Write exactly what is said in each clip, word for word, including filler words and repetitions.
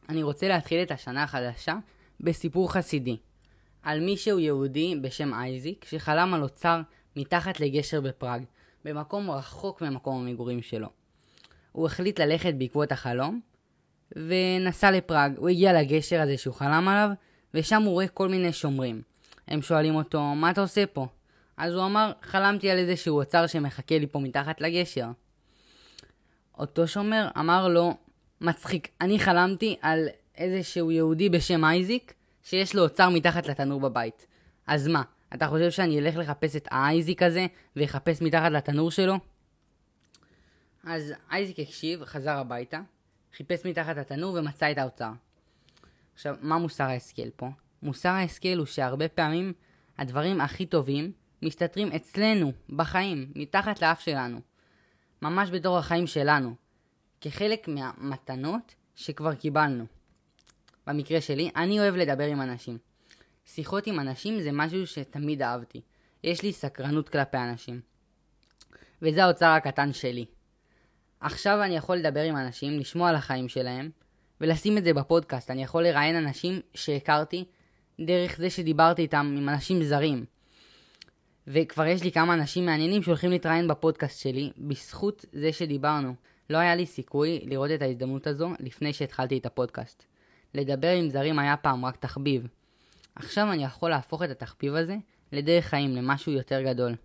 אני רוצה להתחיל את השנה החדשה בסיפור חסידי, על מישהו יהודי בשם אייזיק שחלם על אוצר מתחת לגשר בפראג, במקום רחוק ממקום המגורים שלו. הוא החליט ללכת בעקבות החלום ונסע לפראג. הוא הגיע לגשר הזה שהוא חלם עליו, ושם הוא רואה כל מיני שומרים. הם שואלים אותו, מה אתה עושה פה? אז הוא אמר, חלמתי על איזשהו אוצר שמחכה לי פה מתחת לגשר. אותו שומר אמר לו, מצחיק, אני חלמתי על איזשהו יהודי בשם אייזיק שיש לו אוצר מתחת לתנור בבית. אז מה, אתה חושב שאני אלך לחפש את האייזיק הזה ויחפש מתחת לתנור שלו? אז אייזיק הקשיב, חזר הביתה, חיפש מתחת לתנור ומצא את האוצר. עכשיו, מה מוסר ההשכל פה? מוסר ההשכל הוא שהרבה פעמים הדברים הכי טובים מסתתרים אצלנו, בחיים, מתחת לאף שלנו. ממש בתור החיים שלנו, כחלק מהמתנות שכבר קיבלנו. במקרה שלי, אני אוהב לדבר עם אנשים. שיחות עם אנשים זה משהו שתמיד אהבתי. יש לי סקרנות כלפי אנשים. וזה האוצר הקטן שלי. עכשיו אני יכול לדבר עם אנשים, לשמוע על החיים שלהם, ולשים את זה בפודקאסט. אני יכול לראיין אנשים שהכרתי דרך זה שדיברתי איתם עם אנשים זרים. וכבר יש לי כמה אנשים מעניינים שהולכים להתראיין בפודקאסט שלי, בזכות זה שדיברנו. לא היה לי סיכוי לראות את ההזדמנות הזו לפני שהתחלתי את הפודקאסט. לדבר עם זרים היה פעם רק תחביב. עכשיו אני יכול להפוך את התחביב הזה לדרך חיים, למשהו יותר גדול.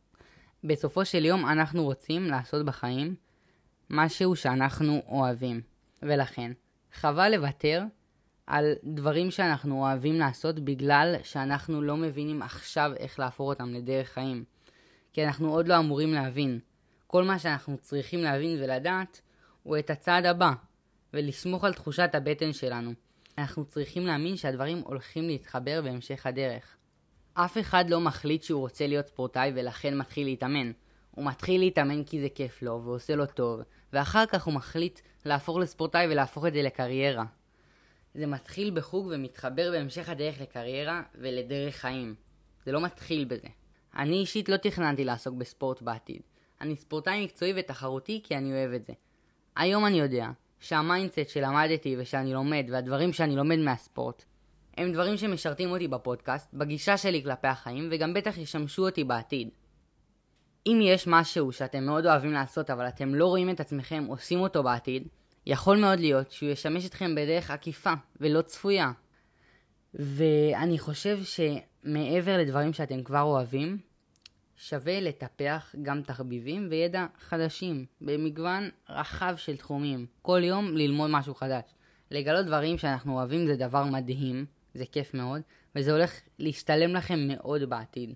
בסופו של יום אנחנו רוצים לעשות בחיים משהו שאנחנו אוהבים. ולכן, חבל לוותר על דברים שאנחנו אוהבים לעשות בגלל שאנחנו לא מבינים עכשיו איך להפוך אותם לדרך חיים. כי אנחנו עוד לא אמורים להבין. כל מה שאנחנו צריכים להבין ולדעת הוא את הצעד הבא, ולסמוך על תחושת הבטן שלנו. אנחנו צריכים להאמין שהדברים הולכים להתחבר בהמשך הדרך. אף אחד לא מחליט שהוא רוצה להיות ספורטאי ולכן מתחיל להתאמן. הוא מתחיל להתאמן כי זה כיף לו ועושה לו טוב, ואחר כך הוא מחליט להפוך לספורטאי ולהפוך את זה לקריירה. זה מתחיל בחוג ומתחבר בהמשך הדרך לקריירה ולדרך חיים. זה לא מתחיל בזה. אני אישית לא תכננתי לעסוק בספורט בעתיד. אני ספורטאי מקצועי ותחרותי כי אני אוהב את זה. היום אני יודע שהמיינדסט שלמדתי ושאני לומד והדברים שאני לומד מהספורט הם דברים שמשרתים אותי בפודקאסט, בגישה שלי כלפי החיים, וגם בטח ישמשו אותי בעתיד. אם יש משהו שאתם מאוד אוהבים לעשות אבל אתם לא רואים את עצמכם עושים אותו בעתיד, יכול מאוד להיות שהוא ישמש אתכם בדרך עקיפה ולא צפויה. ואני חושב שמעבר לדברים שאתם כבר אוהבים, שווה לטפח גם תחביבים וידע חדשים במגוון רחב של תחומים. כל יום ללמוד משהו חדש. לגלות דברים שאנחנו אוהבים זה דבר מדהים, זה כיף מאוד, וזה הולך להשתלם לכם מאוד בעתיד.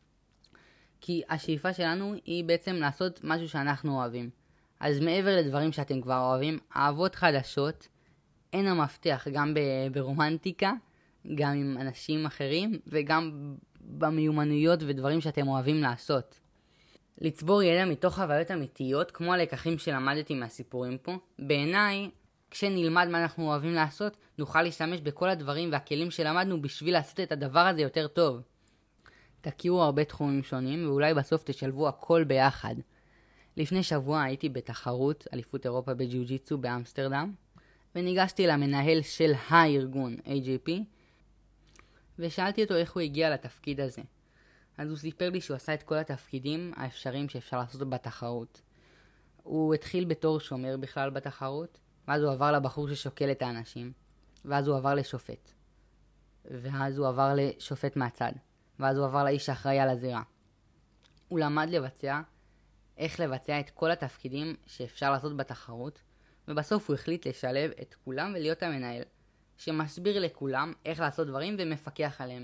כי השאיפה שלנו היא בעצם לעשות משהו שאנחנו אוהבים. אז מעבר לדברים שאתם כבר אוהבים, אהבות חדשות הן המפתח גם ברומנטיקה, גם עם אנשים אחרים וגם במיומנויות ודברים שאתם אוהבים לעשות. לצבור ידע מתוך חוויות אמיתיות, כמו הלקחים שלמדתי מהסיפורים פה. בעיניי, כשנלמד מה אנחנו אוהבים לעשות, נוכל להשתמש בכל הדברים והכלים שלמדנו בשביל לעשות את הדבר הזה יותר טוב. תכירו הרבה תחומים שונים ואולי בסוף תשלבו הכל ביחד. לפני שבוע הייתי בתחרות אליפות אירופה בג'יוג'יטסו באמסטרדם, וניגשתי למנהל של הארגון איי ג'יי פי, ושאלתי אותו איך הוא הגיע לתפקיד הזה. אז הוא סיפר לי שהוא עשה את כל התפקידים האפשריים שאפשר לעשות בתחרות. הוא התחיל בתור שומר בכלל בתחרות, ואז הוא עבר לבחור ששוקל את האנשים, ואז הוא עבר לשופט, ואז הוא עבר לשופט מהצד, ואז הוא עבר לאיש האחראי על הזירה. הוא למד לבצע, איך לבצע את כל התפקידים שאפשר לעשות בתחרות, ובסוף הוא החליט לשלב את כולם ולהיות המנהל, שמסביר לכולם איך לעשות דברים ומפקח עליהם.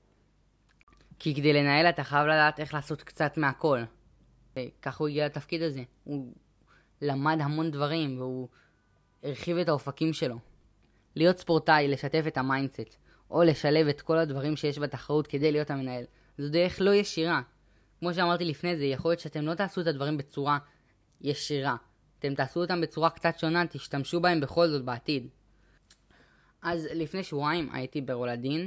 כי כדי לנהל אתה חייב לדעת איך לעשות קצת מהכל. וכך הוא הגיע לתפקיד הזה. הוא למד המון דברים והוא הרחיב את האופקים שלו. להיות ספורטאי, לשתף את המיינדסט, או לשלב את כל הדברים שיש בתחרות כדי להיות המנהל, זו דרך לא ישירה. כמו שאמרתי לפני זה, יכול להיות שאתם לא תעשו את הדברים בצורה ישירה. אתם תעשו אותם בצורה קצת שונה, תשתמשו בהם בכל זאת בעתיד. אז לפני שבועיים הייתי ברולדין,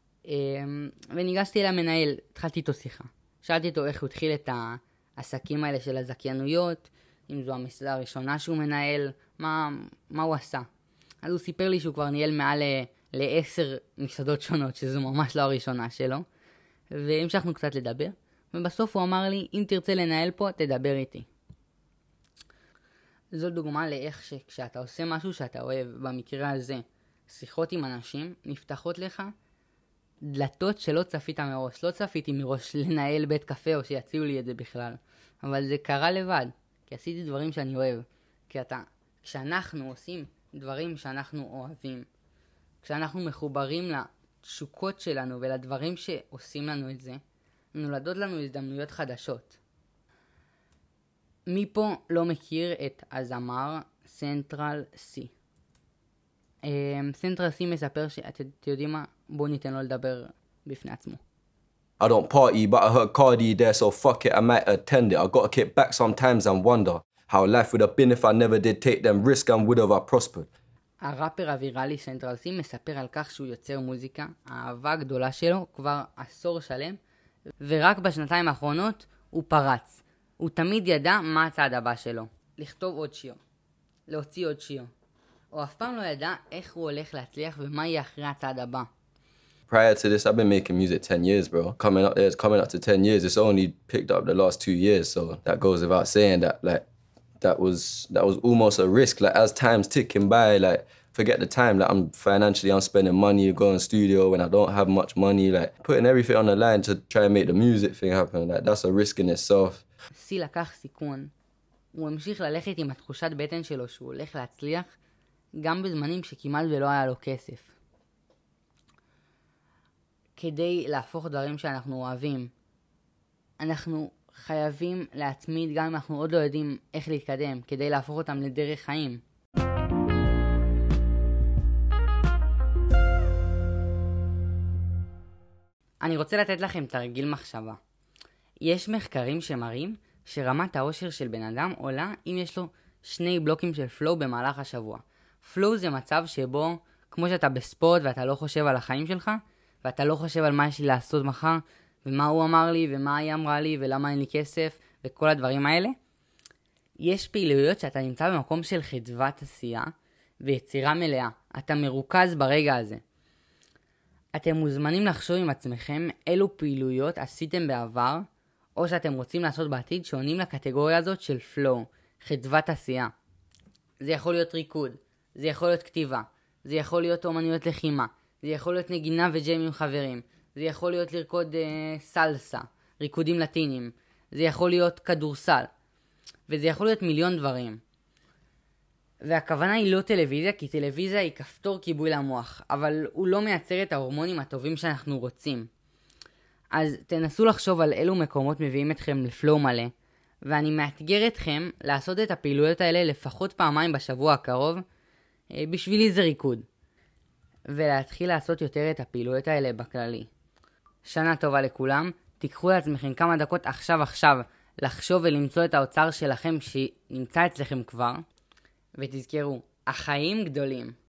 וניגשתי למנהל, התחלתי איתו שיחה. שאלתי אותו איך הוא התחיל את העסקים האלה של הזכיינויות, אם זו המסעדה הראשונה שהוא מנהל, מה, מה הוא עשה. אז הוא סיפר לי שהוא כבר ניהל מעל לעשר מסעדות שונות, שזו ממש לא הראשונה שלו. והמשכנו קצת לדבר, ובסוף הוא אמר לי, אם תרצה לנהל פה, תדבר איתי. זו דוגמה לאיך שכשאתה עושה משהו שאתה אוהב, במקרה הזה, שיחות עם אנשים, נפתחות לך דלתות שלא צפית מראש. לא צפיתי מראש לנהל בית קפה או שיציעו לי את זה בכלל. אבל זה קרה לבד, כי עשיתי דברים שאני אוהב. כי אתה, כשאנחנו עושים דברים שאנחנו אוהבים, כשאנחנו מחוברים לתשוקות שלנו ולדברים שעושים לנו את זה, נולדות לנו הזדמנויות חדשות. מי פה לא מכיר את הזמר סנטרל סי? סנטרל סי מספר שאתם יודעים מה? בואו ניתן לו לדבר בפני עצמו. I don't party, but I heard Cardi there, so fuck it, I might attend it. I gotta kick back sometimes and wonder how life would have been if I never did take them risks and would have I prospered. הראפר הוויראלי סנטרל סי מספר על כך שהוא יוצר מוזיקה, האהבה הגדולה שלו כבר עשור שלם, ורק בשנתיים האחרונות הוא פרץ. הוא תמיד ידע מה הצעד הבא שלו. לכתוב עוד שיר, להוציא עוד שיר. הוא אף פעם לא ידע איך הוא הולך להצליח ומה יהיה אחרי הצעד הבא. Prior to this, I've been making music ten years, bro. Coming up there, it's coming up to ten years. It's only picked up the last two years, so that goes without saying that, like, that was that was almost a risk. Like, as time's ticking by, like, forget the time. Like, I'm financially, I'm spending money, going to studio when I don't have much money, like, putting everything on the line to try and make the music thing happen. Like, that's a risk in itself. סי לקח סיכון. הוא המשיך ללכת עם התחושת בטן שלו שהוא הולך להצליח, גם בזמנים שכמעט ולא היה לו כסף. כדי להפוך דברים שאנחנו אוהבים, אנחנו חייבים להתמיד גם אם אנחנו עוד לא יודעים איך להתקדם, כדי להפוך אותם לדרך חיים. אני רוצה לתת לכם תרגיל מחשבה. יש מחקרים שמראים שרמת האושר של בן אדם עולה אם יש לו שני בלוקים של פלואו במהלך השבוע. פלואו זה מצב שבו, כמו שאתה בספורט ואתה לא חושב על החיים שלך, ואתה לא חושב על מה יש לי לעשות מחר, ומה הוא אמר לי, ומה היא אמרה לי, ולמה אין לי כסף, וכל הדברים האלה. יש פעילויות שאתה נמצא במקום של חדוות עשייה, ויצירה מלאה. אתה מרוכז ברגע הזה. אתם מוזמנים לחשוב עם עצמכם אילו פעילויות עשיתם בעבר, או שאתם רוצים לעשות בעתיד שעונים לקטגוריה הזאת של פלואו, חדוות עשייה. זה יכול להיות ריקוד, זה יכול להיות כתיבה, זה יכול להיות אומנויות לחימה, זה יכול להיות נגינה וג'ם עם חברים, זה יכול להיות לרקוד אה, סלסה, ריקודים לטינים, זה יכול להיות כדורסל, וזה יכול להיות מיליון דברים. והכוונה היא לא טלוויזיה, כי טלוויזיה היא כפתור כיבוי למוח, אבל הוא לא מייצר את ההורמונים הטובים שאנחנו רוצים. אז תנסו לחשוב על אילו מקומות מביאים אתכם לפלואו מלא, ואני מאתגר אתכם לעשות את הפעילויות האלה לפחות פעמיים בשבוע הקרוב, בשבילי זה ריקוד. ולהתחיל לעשות יותר את הפעילויות האלה בכללי. שנה טובה לכולם, תיקחו לעצמכם כמה דקות עכשיו עכשיו לחשוב ולמצוא את האוצר שלכם שנמצא אצלכם כבר, ותזכרו, החיים גדולים.